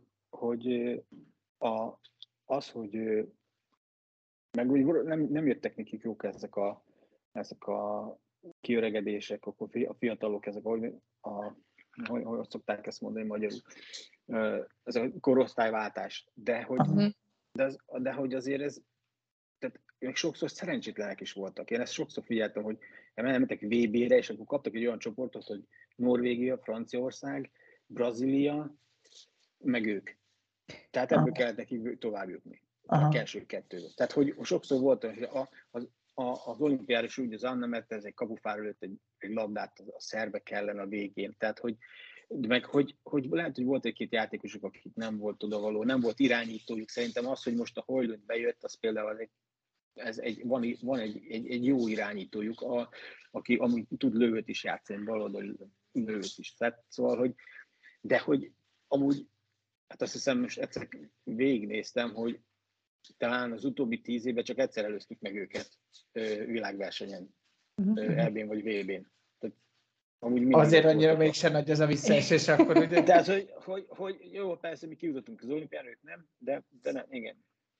nem jöttek nekik jók ezek a kiöregedések, akkor a fiatalok, ezek hogy szokták ezt mondani magyarul, ez a korosztályváltás, de hogy azért ez, tehát még sokszor szerencsétlenek is voltak. Én ezt sokszor figyeltem, hogy elmentek VB-re, és akkor kaptak egy olyan csoportot, hogy Norvégia, Franciaország, Brazília, meg ők. Tehát ebből kellett nekik tovább jutni. A első kettőből. Tehát, hogy sokszor volt, hogy az olimpiára is úgy, az Anna mert ez egy kapufár előtt egy labdát a szerbek ellen a végén. Tehát, hogy lehet, hogy volt egy-két játékosok, akik nem volt odavaló, nem volt irányítójuk. Szerintem az, hogy most a Højlund bejött, az például van egy jó irányítójuk, aki amúgy tud lövőt is játszani, baloldali lövőt is. Tehát, szóval, hogy amúgy, hát azt hiszem, most egyszer végignéztem, hogy talán az utóbbi 10 évben csak egyszer előztük meg őket világversenyen, EB-n vagy VB-n. Azért annyira mégsem nagy ez a visszaesés akkor, ugye? Tehát, hogy jó, persze mi kijutottunk az olimpiára, ők nem, de nem, igen.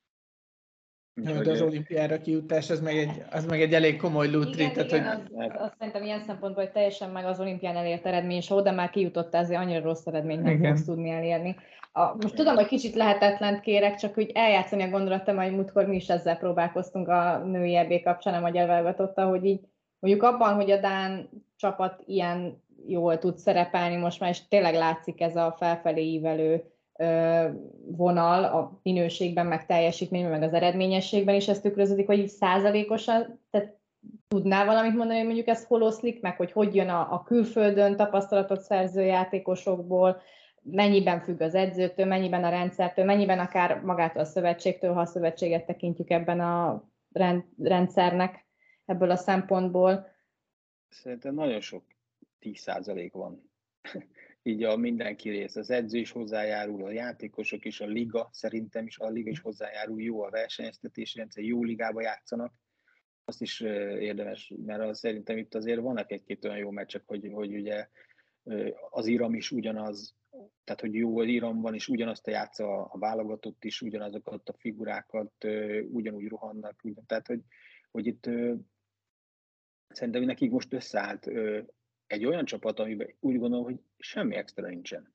De az olimpiára kijutás, az meg egy elég komoly lútri. Igen, azt szerintem ilyen szempontból, hogy teljesen meg az olimpián elért eredmény, és oda már kijutott, azért annyira rossz eredményt nem fogsz tudni elérni. Most tudom, hogy kicsit lehetetlent kérek, csak úgy eljátszani a gondolatom, hogy múltkor mi is ezzel próbálkoztunk a női EB kapcsán, a magyar válogatottal, hogy így mondjuk abban, hogy a dán csapat ilyen jól tud szerepelni most már, és tényleg látszik ez a felfelé ívelő vonal a minőségben, meg teljesítményben, meg az eredményességben is ez tükröződik, hogy így százalékosan, tehát tudnál valamit mondani, hogy mondjuk ez hol oszlik meg, hogy jön a külföldön tapasztalatot szerző játékosokból, mennyiben függ az edzőtől, mennyiben a rendszertől, mennyiben akár magától a szövetségtől, ha a szövetséget tekintjük ebben a rendszernek ebből a szempontból. Szerintem nagyon sok 10% van. Így a mindenki rész, az edző is hozzájárul, a játékosok is, a liga, szerintem is a liga is hozzájárul, jó a versenyeztetési rendszer, jó ligába játszanak. Azt is érdemes, mert szerintem itt azért vannak egy-két olyan jó meccsek, hogy ugye az iram is ugyanaz, tehát hogy jó az iram van, és ugyanazt a játsza a válogatott is, ugyanazokat a figurákat, ugyanúgy rohannak, tehát hogy itt szerintem nekik most összeállt egy olyan csapat, amiben úgy gondolom, hogy semmi extra nincsen.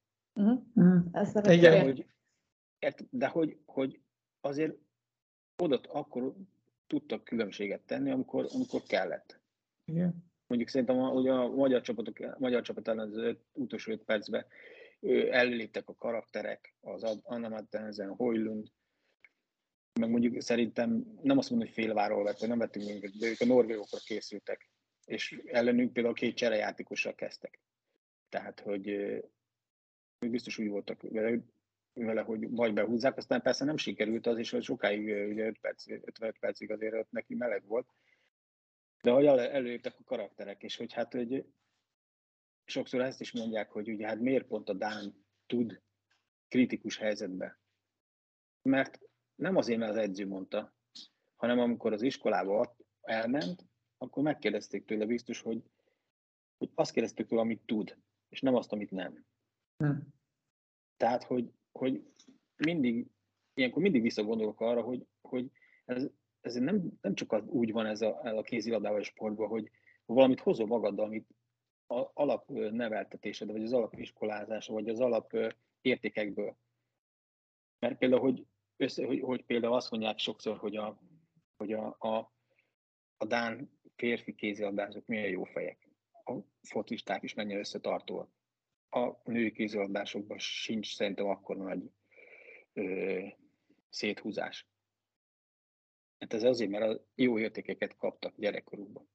De hogy azért oda akkor tudtak különbséget tenni, amikor kellett. Igen. Mondjuk szerintem hogy a magyar csapat ellen az utolsó 5 percben előléptek a karakterek, az Anna Mattensen, Højlund, meg mondjuk szerintem nem azt mondom, hogy félváról vettek, nem vettünk minket, de ők a norvégokra készültek, és ellenünk például 2 cserejátékossal kezdtek. Tehát, hogy biztos úgy voltak vele, hogy vagy behúzzák, aztán persze nem sikerült az is, hogy sokáig, ugye 55 percig azért ott neki meleg volt, de hogy előjöttek a karakterek, és hogy sokszor ezt is mondják, hogy ugye hát miért pont a dán tud kritikus helyzetbe. Mert nem azért, mert az edző mondta, hanem amikor az iskolába elment, akkor megkérdezték tőle biztos, hogy azt kérdezték tőle, amit tud, és nem azt, amit nem. Tehát, hogy ilyenkor mindig visszagondolok arra, hogy ez nem csak úgy van ez a kézilabdával sportban, hogy valamit hozol magaddal, amit az alapneveltetésed, vagy az alapiskolázása, vagy az alapértékekből. Mert például, hogy például azt mondják sokszor, hogy a dán férfi kézilabdázók milyen jó fejek. A focisták is mennyire összetartóak. A női kézilabdásokban sincs szerintem akkora nagy széthúzás. Hát ez azért, mert jó értékeket kaptak gyerekkorukban.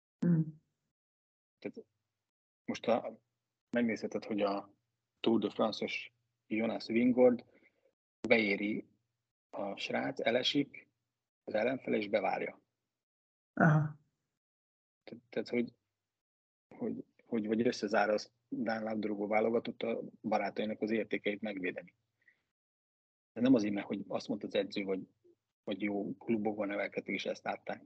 Tehát most megnézheted, hogy a Tour de France-os Jonas Vingord beéri a srác, elesik az ellenfele és bevárja. Aha. Tehát, hogy vagy összezár az dán labdarúgó válogatott a barátainak az értékeit megvédeni. De nem azért, mert hogy azt mondta az edző, hogy jó klubokban nevelkedtek, és ezt látták.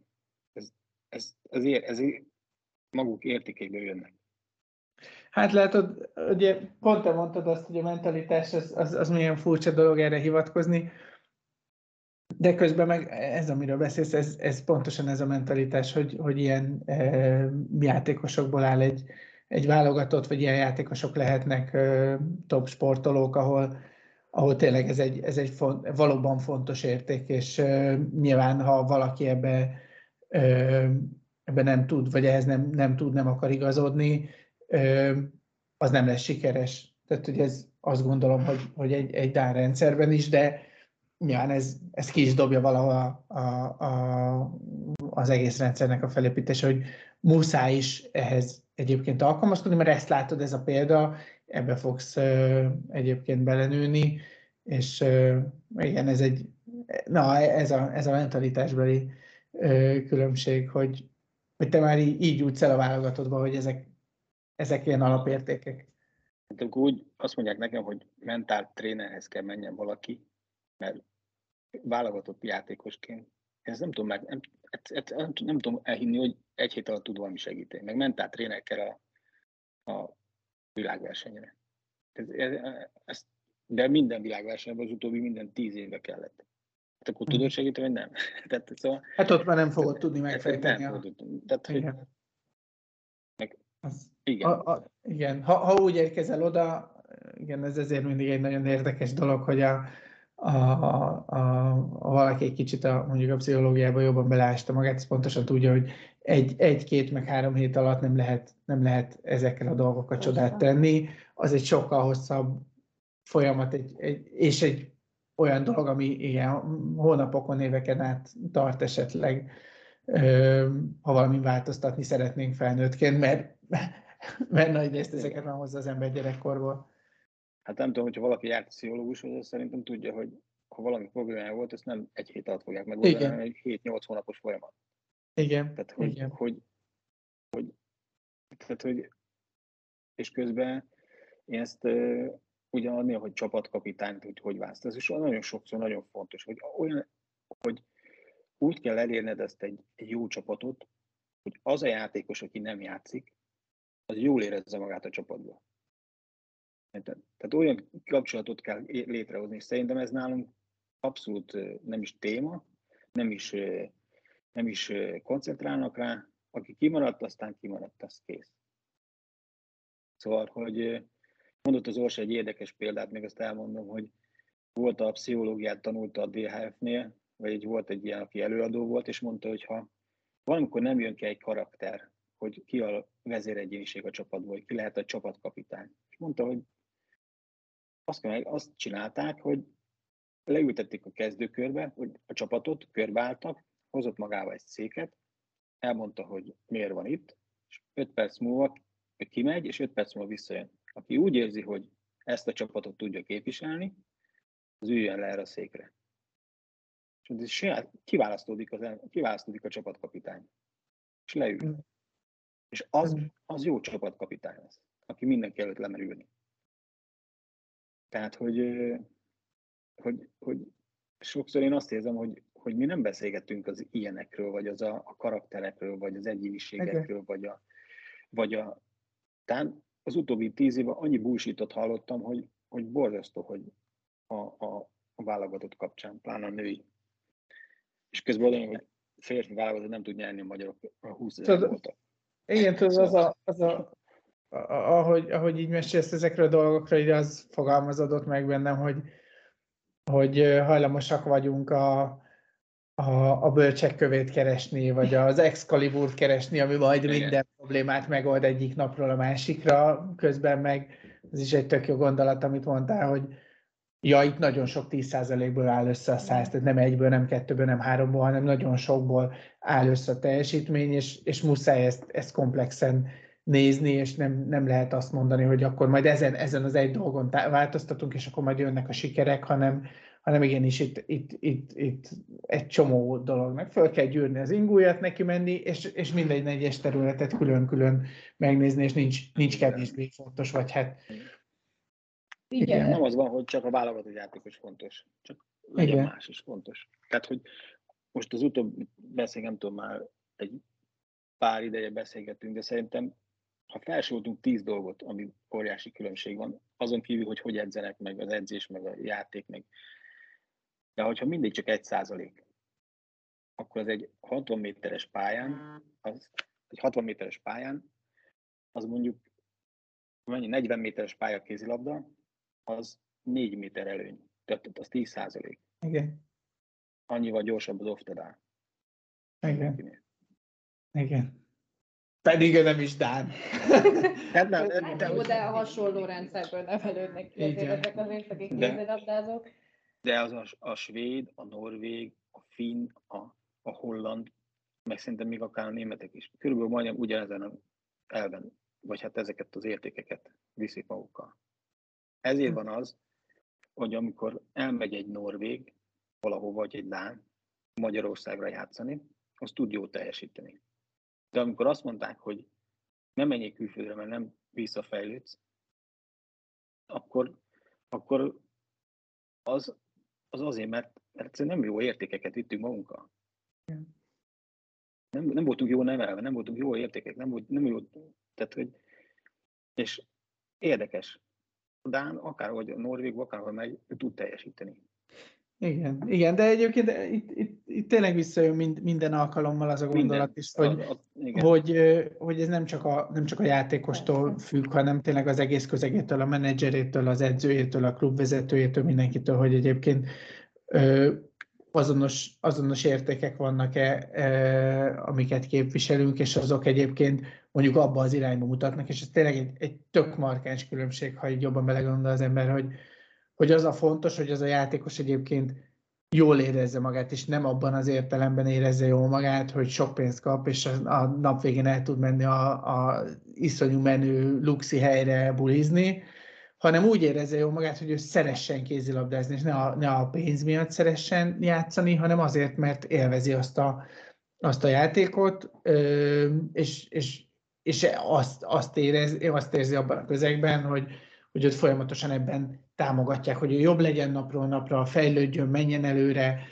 Ez maguk értékeiből jönnek. Hát látod, ugye pont te mondtad azt, hogy a mentalitás az milyen furcsa dolog erre hivatkozni, de közben meg ez, amiről beszélsz, ez pontosan ez a mentalitás, hogy ilyen játékosokból áll egy válogatott, vagy ilyen játékosok lehetnek top sportolók, ahol tényleg ez egy valóban fontos érték, és nyilván, ha valaki ebbe nem tud, vagy ehhez nem akar igazodni, az nem lesz sikeres. Tehát, hogy azt gondolom, hogy egy dán rendszerben is, de nyilván ez ki is dobja valahol az egész rendszernek a felépítése, hogy muszáj is ehhez egyébként alkalmazkodni, mert ezt látod, ez a példa, ebbe fogsz egyébként belenőni, és igen, ez a mentalitásbeli különbség, hogy te már így jutsz el a válogatottba, hogy ezek ilyen alapértékek. Hát akkor úgy azt mondják nekem, hogy mentál trénerhez kell menjen valaki, mert válogatott játékosként, ezt nem tudom elhinni, hogy egy hét alatt tud valami segíteni, meg mentál tréner kell a világversenyre. De minden világversenyben az utóbbi minden 10 évbe kellett. Hát akkor tudod segíteni, vagy nem? Tehát, szóval, hát ott már nem fogod tudni megfejteni. Igen. Igen. Ha úgy érkezel oda, igen, ez ezért mindig egy nagyon érdekes dolog, hogy valaki egy kicsit mondjuk a pszichológiában jobban beleásta magát, ez pontosan tudja, hogy egy-két meg 3 hét alatt nem lehet ezekkel a dolgokkal csodát tenni. Az egy sokkal hosszabb folyamat, és egy olyan dolog, ami igen, hónapokon, éveken át tart esetleg. ha valami változtatni szeretnénk felnőttként, mert nagy részt ezeket nem hozza az ember gyerekkorból. Hát nem tudom, hogyha valaki járt pszichológushoz, az szerintem tudja, hogy ha valami problémája volt, ezt nem egy hét alatt fogják megoldani, hanem egy 7-8 hónapos folyamat. Igen. Tehát, Igen. hogy és közben én ezt ugyanannél, hogy csapatkapitányt, hogy választasz, és nagyon sokszor nagyon fontos, hogy úgy kell elérned ezt egy jó csapatot, hogy az a játékos, aki nem játszik, az jól érezze magát a csapatban. Tehát olyan kapcsolatot kell létrehozni, és szerintem ez nálunk abszolút nem is téma, nem is koncentrálnak rá, aki kimaradt, aztán kimaradt, az kész. Szóval, hogy mondott az Orsi egy érdekes példát, még azt elmondom, hogy volt a pszichológiát tanulta a DHF-nél, vagy volt egy ilyen, aki előadó volt, és mondta, hogy ha valamikor nem jön ki egy karakter, hogy ki a vezéregyéniség a csapatból, hogy ki lehet a csapatkapitány. És mondta, hogy azt csinálták, hogy leültették a kezdőkörbe, hogy a csapatot körbeálltak, hozott magával egy széket, elmondta, hogy miért van itt, és 5 perc múlva kimegy, és 5 perc múlva visszajön. Aki úgy érzi, hogy ezt a csapatot tudja képviselni, az üljön le erre a székre. És kiválasztódik a csapatkapitány. És leül. És az jó csapatkapitány lesz, aki mindenki előtt lemerülni. Tehát, hogy sokszor én azt érzem, hogy mi nem beszélgetünk az ilyenekről, vagy az a karakterekről, vagy az egyéniségekről, tehát az utóbbi 10 évben annyi bullshit-ot hallottam, hogy borzasztó, hogy a válogatott kapcsán, pláne a női. És közben olyan, hogy férfi válogatott nem tud nyerni a magyarok, a 20 000 voltak. Igen, tudod, ahogy így mesélsz ezekről a dolgokra, így az fogalmazódott meg bennem, hogy hajlamosak vagyunk a bölcsek kövét keresni, vagy az Excaliburt keresni, ami majd minden problémát megold egyik napról a másikra. Közben meg ez is egy tök jó gondolat, amit mondtál, hogy itt nagyon sok 10%-ból áll össze a 100, tehát nem egyből, nem kettőből, nem háromból, hanem nagyon sokból áll össze a teljesítmény, és muszáj ezt komplexen nézni, és nem lehet azt mondani, hogy akkor majd ezen az egy dolgon változtatunk, és akkor majd jönnek a sikerek, hanem igenis itt egy csomó dolognak föl kell gyűrni az ingújat, neki menni, és mindegy egyes területet külön-külön megnézni, és nincs kevésbé fontos, vagy hát... Igen. Nem az van, hogy csak a válogatott játékos fontos, csak legyen más is fontos. Tehát, hogy most az utóbbi nem tudom, már egy pár ideje beszélgetünk, de szerintem, ha felsoroltunk 10 dolgot, ami óriási különbség van, azon kívül, hogy edzenek meg az edzés, meg a játék, meg. De hogyha mindig csak 1%, akkor az egy 60 méteres pályán, az mondjuk 40 méteres pálya kézilabda, az 4 méter előny. Tehát az 10%. Igen. Annyival gyorsabb az off-the-down. Igen. Pedig nem is Dán. De a hasonló rendszerből nevelődnek ki ezek az északi kézilabdázók. De az a svéd, a norvég, a finn, a holland, meg szerintem még akár a németek is. Körülbelül majdnem ugyanezen az elven, vagy hát ezeket az értékeket viszik magukkal. Ezért van az, hogy amikor elmegy egy norvég valahova, vagy egy dán Magyarországra játszani, az tud jól teljesíteni. De amikor azt mondták, hogy nem menjél külföldre, mert nem visszafejlődsz, akkor az azért, mert nem jó értékeket vittünk magunkkal. Nem voltunk jól nevelve, nem voltunk jó értékek, nem jó, tehát, hogy, és érdekes. A dán, akárhogy a norvég, akárhogy megy, tud teljesíteni. Igen, de egyébként itt tényleg visszajön minden alkalommal az a gondolat is, hogy ez nem csak a játékostól függ, hanem tényleg az egész közegétől, a menedzserétől, az edzőjétől, a klubvezetőjétől, mindenkitől, hogy egyébként azonos értékek vannak-e, amiket képviselünk, és azok egyébként mondjuk abba az irányba mutatnak, és ez tényleg egy tök markáns különbség, ha így jobban belegondol az ember, hogy az a fontos, hogy az a játékos egyébként jól érezze magát, és nem abban az értelemben érezze jól magát, hogy sok pénzt kap, és a nap végén el tud menni a iszonyú menő luxi helyre bulizni, hanem úgy érezze jól magát, hogy ő szeressen kézilabdázni, és ne a pénz miatt szeressen játszani, hanem azért, mert élvezi azt a játékot, és azt érzi abban a közegben, hogy ott folyamatosan ebben támogatják, hogy ő jobb legyen napról napra, fejlődjön, menjen előre,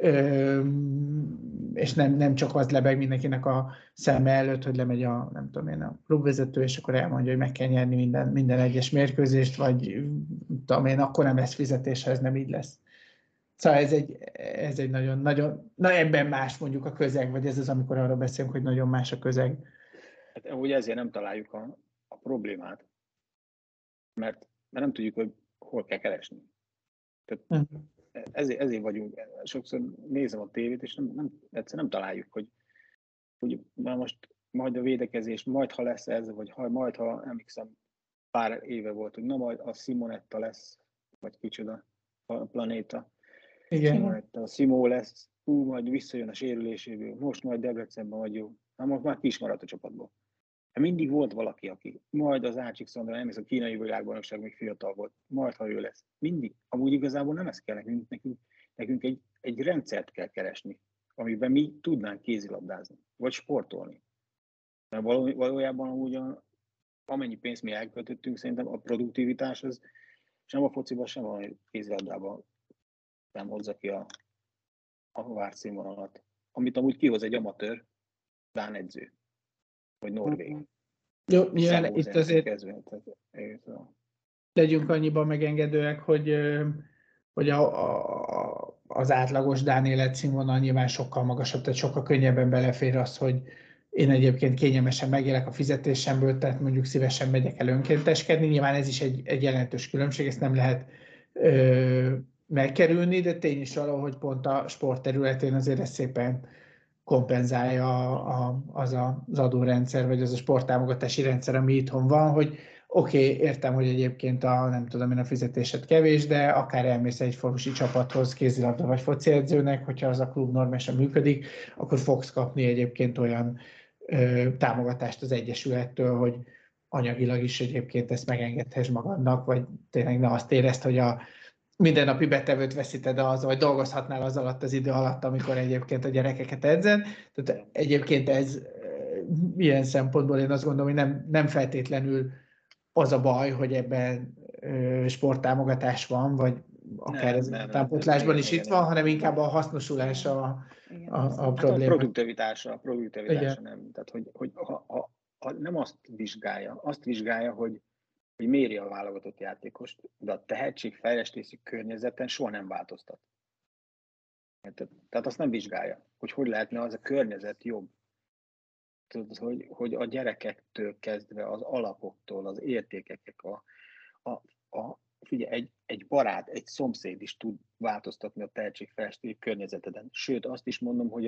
és nem csak az lebeg mindenkinek a szeme előtt, hogy lemegy nem tudom én, a klubvezető, és akkor elmondja, hogy meg kell nyerni minden egyes mérkőzést, vagy tudom én, akkor nem lesz fizetés, ha ez nem így lesz. Szóval ez egy nagyon, na ebben más mondjuk a közeg, vagy ez az, amikor arról beszélünk, hogy nagyon más a közeg. Hát úgy ezért nem találjuk a problémát, mert nem tudjuk, hogy hol kell keresni. Tehát ezért vagyunk, sokszor nézem a tévét, és egyszerűen nem találjuk, hogy most majd a védekezés, majd ha lesz ez, vagy majd ha emlékszem, pár éve volt, hogy na majd a Simonetta lesz, vagy kicsoda, a Planéta. Igen. Simonetta, a Simó lesz, majd visszajön a sérüléséből, most majd Debrecenben vagy jó. Na most már ki is maradt a csapatból. Mindig volt valaki, aki majd az Ácsik Szandra, nem hiszem, a kínai világbajnokság még fiatal volt, majd ha ő lesz. Mindig. Amúgy igazából nem ez kell nekünk egy rendszert kell keresni, amiben mi tudnánk kézilabdázni, vagy sportolni. Mert valójában amúgy amennyi pénzt mi elköltöttünk, szerintem a produktivitás az sem a fociban, sem a kézilabdában nem hozza ki a várt színvonalat. Amit amúgy kihoz egy amatőr dán edző, vagy norvég. Jó, nyilván itt azért legyünk annyiban megengedőek, hogy az átlagos dán életszínvonal nyilván sokkal magasabb, tehát sokkal könnyebben belefér az, hogy én egyébként kényelmesen megélek a fizetésemből, tehát mondjuk szívesen megyek el önkénteskedni. Nyilván ez is egy jelentős különbség, ezt nem lehet megkerülni, de tény is arra, hogy pont a sport területén azért ez szépen kompenzálja az adórendszer, vagy az a sporttámogatási rendszer, ami itthon van, hogy oké, értem, hogy egyébként nem tudom én, a fizetésed kevés, de akár elmész egy falusi csapathoz kézilabda vagy foci edzőnek, hogyha az a klub normálisan működik, akkor fogsz kapni egyébként olyan támogatást az Egyesülettől, hogy anyagilag is egyébként ezt megengedhess magadnak, vagy tényleg ne azt érezd, hogy a mindennapi betevőt veszíted vagy dolgozhatnál az alatt az idő alatt, amikor egyébként a gyerekeket edzed. Tehát egyébként ez ilyen szempontból én azt gondolom, hogy nem feltétlenül az a baj, hogy ebben sporttámogatás van, vagy akár az utánpótlásban is itt van, hanem inkább a hasznosulás a probléma. A produktivitása nem. Tehát, hogy ha nem azt vizsgálja, hogy méri a válogatott játékost, de a tehetségfejlesztési környezeten soha nem változtat. Tehát azt nem vizsgálja, hogy lehetne az a környezet jobb. Tudod, hogy a gyerekektől kezdve, az alapoktól, az értékeknek figyelj, egy barát, egy szomszéd is tud változtatni a tehetségfejlesztési környezeteden. Sőt, azt is mondom, hogy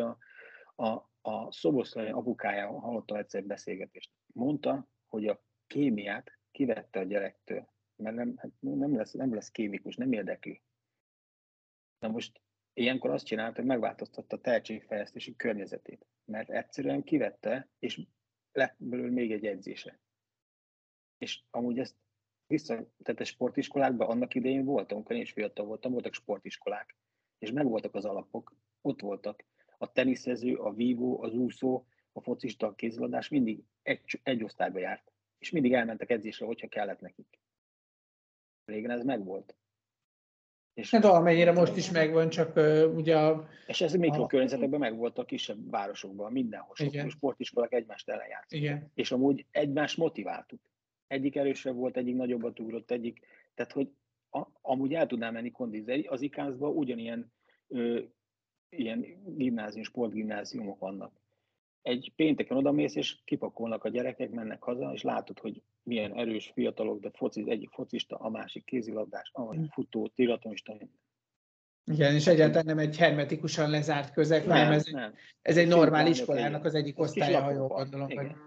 a Szoboszlai apukája hallottam egyszer beszélgetést. Mondta, hogy a kémiát kivette a gyerektől, mert nem lesz kémikus, nem érdekli. Na most ilyenkor azt csinálta, hogy megváltoztatta a tehetségfejlesztési környezetét, mert egyszerűen kivette, és lett belőle még egy edzése. És amúgy ezt tehát a sportiskolákban annak idején voltam, amikor én is fiatal voltam, voltak sportiskolák, és megvoltak az alapok, ott voltak. A teniszező, a vívó, az úszó, a focista, a kézilabdás mindig egy osztályba járt. És mindig elmentek edzésre, hogyha kellett nekik. Régen ez megvolt. Hát amennyire most is megvan, csak ugye és ez a mikrokörnyezetekben megvolt a kisebb városokban, mindenhol. Sok sportiskolák egymást ellen játszottak. És amúgy egymást motiváltuk. Egyik erősebb volt, egyik nagyobbat ugrott, tehát hogy amúgy el tudnám menni kondizeri, az IKÁZ-ban ugyanilyen ilyen sportgimnáziumok vannak. Egy pénteken odamész, és kipakolnak a gyerekek, mennek haza, és látod, hogy milyen erős fiatalok, de egyik focista, a másik kézilabdás, a másik futó, triatlonista. Igen, és egyáltalán nem egy hermetikusan lezárt közeg, hanem ez egy normál iskolának az egyik osztálya, ha jól gondolom.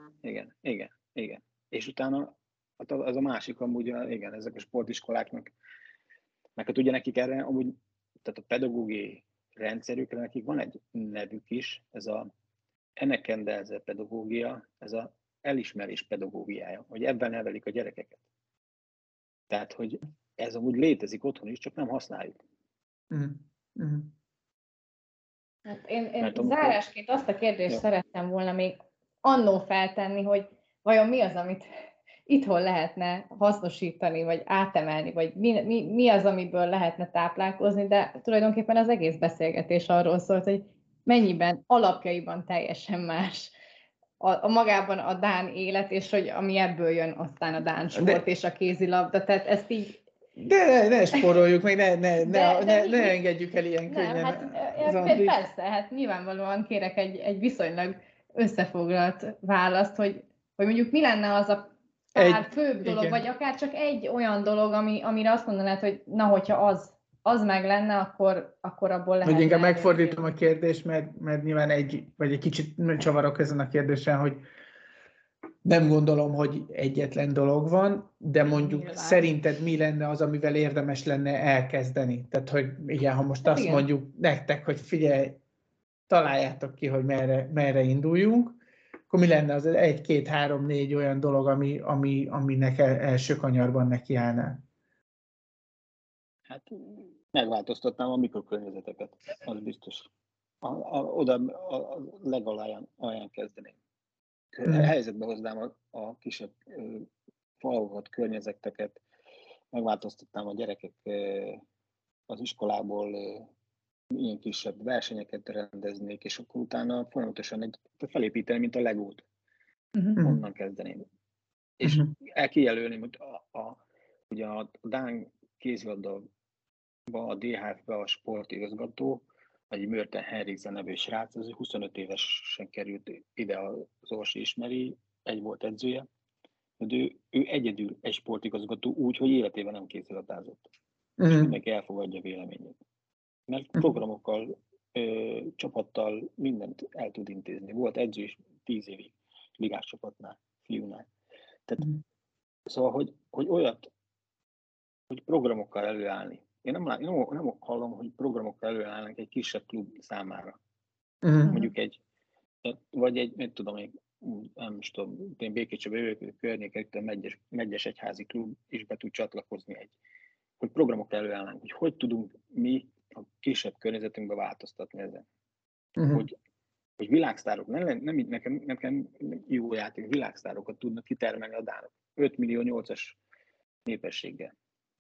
Igen. És utána az a másik amúgy, ezek a sportiskoláknak, meg hát ugye nekik erre amúgy, tehát a pedagógiai rendszerükre, nekik van egy nevük is, ez a Enekendelze pedagógia, ez a elismerés pedagógiája, hogy ebben nevelik a gyerekeket. Tehát, hogy ez amúgy létezik otthon is, csak nem használjuk. Hát én Mert amikor- zárásként azt a kérdést Ja. szerettem volna még annó feltenni, hogy vajon mi az, amit itthon lehetne hasznosítani, vagy átemelni, vagy mi az, amiből lehetne táplálkozni, de tulajdonképpen az egész beszélgetés arról szólt, hogy mennyiben alapjaiban teljesen más a magában a dán élet, és hogy ami ebből jön aztán a dán sport és a kézilabda, tehát ezt így... De ne spóroljuk meg, ne mi- engedjük el ilyen Nem, könnyen. hát Zandrit. persze, hát nyilvánvalóan kérek egy viszonylag összefoglalt választ, hogy mondjuk mi lenne az a pár főbb dolog, igen. vagy akár csak egy olyan dolog, amire azt mondanád, hogy na, hogyha az meg lenne, akkor abból lehet. Hogy inkább megfordítom a kérdést, mert nyilván egy kicsit csavarok ezen a kérdésen, hogy nem gondolom, hogy egyetlen dolog van, de mondjuk Nyilván. szerinted mi lenne az, amivel érdemes lenne elkezdeni? Tehát, hogy igen, ha most azt igen. mondjuk nektek, hogy figyelj, találjátok ki, hogy merre induljunk, akkor mi lenne az 1, 2, 3, 4 olyan dolog, aminek első kanyarban nekiállnál? Hát megváltoztatnám a mikrokörnyezeteket, az biztos. Oda a legalján kezdeném. Helyzetbe hoznám a kisebb falakat, környezeteket, megváltoztatnám a gyerekek az iskolából ilyen kisebb versenyeket rendeznék, és akkor utána folyamatosan felépíteni, mint a legót. Onnan kezdeném. És kijelölném, hogy ugye a dán kézilabdában, a DHF-be a sportigazgató, egy Mörten Henriksen nevű srác, az 25 évesen került ide, az Orsi ismeri, egy volt edzője, de ő egyedül egy sportigazgató úgy, hogy életében nem kézilabdázott. És mindenki elfogadja véleményét. Mert programokkal, csapattal mindent el tud intézni. Volt edző is 10 évig ligás csapatnál, fiúnál. Tehát, szóval, hogy olyat, hogy programokkal előállni. Én nem hallom, hogy programokkal előállnak egy kisebb klub számára. Mondjuk nem tudom, én Békéscsaba jövök környéken, Medgyes egyházi klub is be tud csatlakozni hogy programok előállnánk, hogy tudunk mi a kisebb környezetünkbe változtatni ezen. Hogy világsztárok, nekem jó játék, világsztárokat tudnak kitermelni a dánok. 5 millió 8-as népességgel.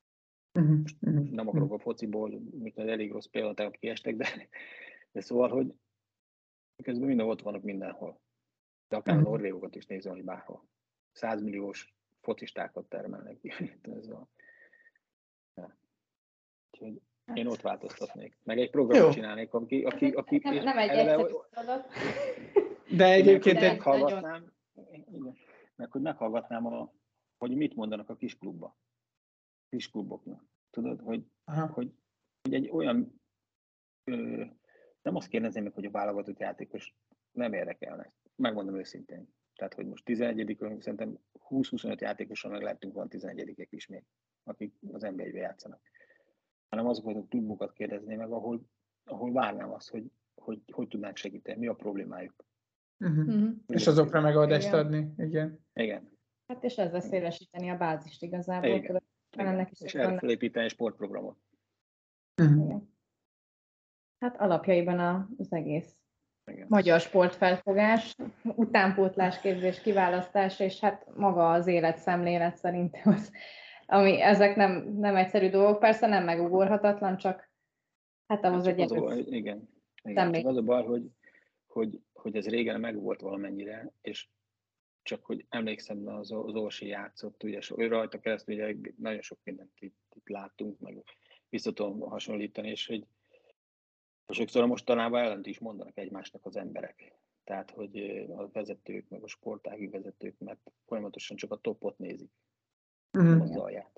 Nem akarok a fociból, mint az elég rossz például kiestek, de szóval, hogy közben minden ott vannak mindenhol. De akár a norvégokat is nézem, hogy bárhol. 100 milliós focistákat termelnek. Úgyhogy én ott változtatnék. Meg egy programot csinálnék, aki nem egy egyszerű feladat. De egyébként meghallgatnám, hogy mit mondanak a kiskluboknak. Tudod, hogy egy olyan, nem azt kérdezném meg, hogy a válogatott játékos nem érdekelne. Megmondom őszintén. Tehát, hogy most 11-ön szerintem 20-25 játékosan meg lehetünk van 11-ek is még, akik az NBA-be játszanak. Hanem azokat a klubokat kérdezném meg, ahol várnám azt, hogy tudnánk segíteni, mi a problémájuk. És azokra megoldást adni, igen. Hát és ezzel szélesíteni a bázist igazából. És erre felépíteni egy sportprogramot. Igen. Hát alapjaiban az egész magyar sportfelfogás, utánpótlás képzés, kiválasztás, és hát maga az életszemlélet szerintem ami ezek nem egyszerű dolgok, persze nem megugorhatatlan, csak hát ahhoz egy egész. Igen. Csak az a baj, hogy ez régen megvolt valamennyire, és csak hogy emlékszem, az Orsi játszott, ugye ő rajta keresztül ugye nagyon sok mindent itt láttunk, meg vissza tudom hasonlítani, és hogy sokszor mostanában ellent is mondanak egymásnak az emberek. Tehát, hogy a vezetők, meg a sportági vezetők, mert folyamatosan csak a topot nézik. Az alját.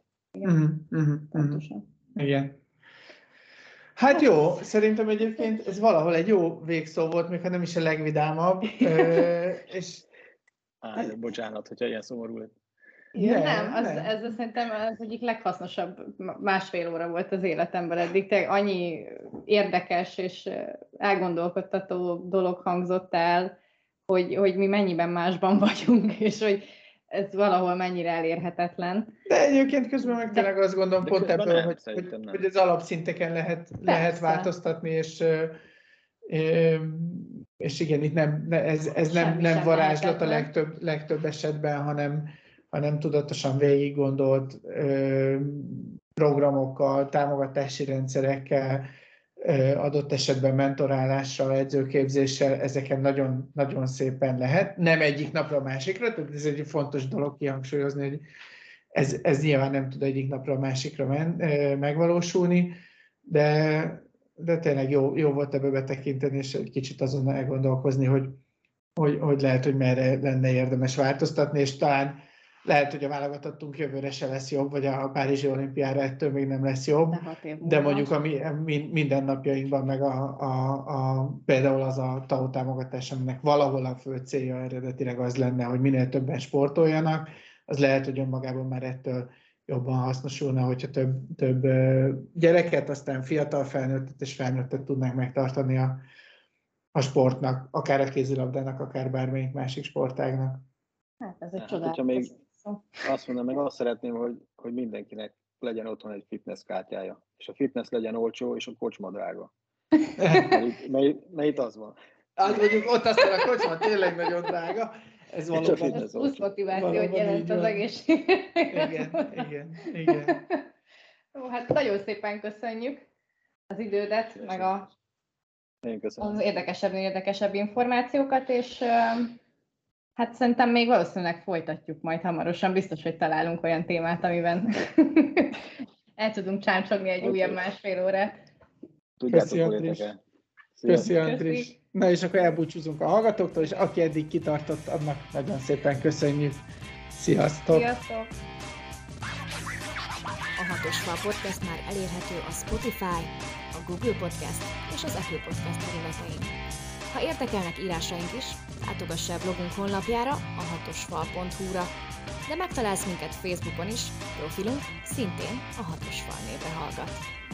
Igen. Hát jó, szerintem egyébként ez valahol egy jó végszó volt, még ha nem is a legvidámabb. Bocsánat, hogyha ilyen szomorú lett. Nem, ez szerintem az egyik leghasznosabb másfél óra volt az életemben eddig. Te annyi érdekes és elgondolkodtató dolog hangzott el, hogy mi mennyiben másban vagyunk, és hogy ez valahol mennyire elérhetetlen. De egyébként közben meg tényleg azt gondolom pont ebből, hogy az alapszinteken lehet változtatni, és igen, itt ez nem varázslat a legtöbb esetben, hanem tudatosan végig gondolt programokkal, támogatási rendszerekkel, adott esetben mentorálással, edzőképzéssel, ezeken nagyon, nagyon szépen lehet. Nem egyik napra a másikra, tehát ez egy fontos dolog kihangsúlyozni, hogy ez nyilván nem tud egyik napra a másikra megvalósulni, de tényleg jó volt ebbe betekinteni, és egy kicsit azon elgondolkozni, hogy lehet, hogy merre lenne érdemes változtatni, és talán lehet, hogy a válogatottunk jövőre se lesz jobb, vagy a Párizsi olimpiára ettől még nem lesz jobb, de mondjuk a mindennapjainkban meg például az a TAO támogatás, aminek valahol a fő célja eredetileg az lenne, hogy minél többen sportoljanak, az lehet, hogy önmagában már ettől jobban hasznosulna, hogyha több gyereket, aztán fiatal felnőttet és felnőttet tudnánk megtartani a sportnak, akár a kézilabdának, akár bármelyik másik sportágnak. Hát ez egy csodálatos. Még azt mondom, meg azt szeretném, hogy mindenkinek legyen otthon egy fitness kártyája, és a fitness legyen olcsó, és a kocsma drága. Mert itt az van. Hát mondjuk ott aztán a kocsma tényleg nagyon drága. Ez valóban plusz motivációt jelent az egészség. Igen. Ó, hát nagyon szépen köszönjük az idődet, meg az érdekesebb információkat, és hát szerintem még valószínűleg folytatjuk majd hamarosan. Biztos, hogy találunk olyan témát, amiben el tudunk csámcsogni egy újabb másfél órát. Köszi, Andris. Köszi, Andris. Na és akkor elbúcsúzunk a hallgatóktól, és aki eddig kitartott, annak nagyon szépen köszönjük. Sziasztok! Sziasztok! A Hatos Fal Podcast már elérhető a Spotify, a Google Podcast és az Apple Podcast területein. Ha érdekelnek írásaink is, látogass el blogunk honlapjára, a hatosfal.hu-ra, de megtalálsz minket Facebookon is, profilunk szintén a Hatos Fal névre hallgat.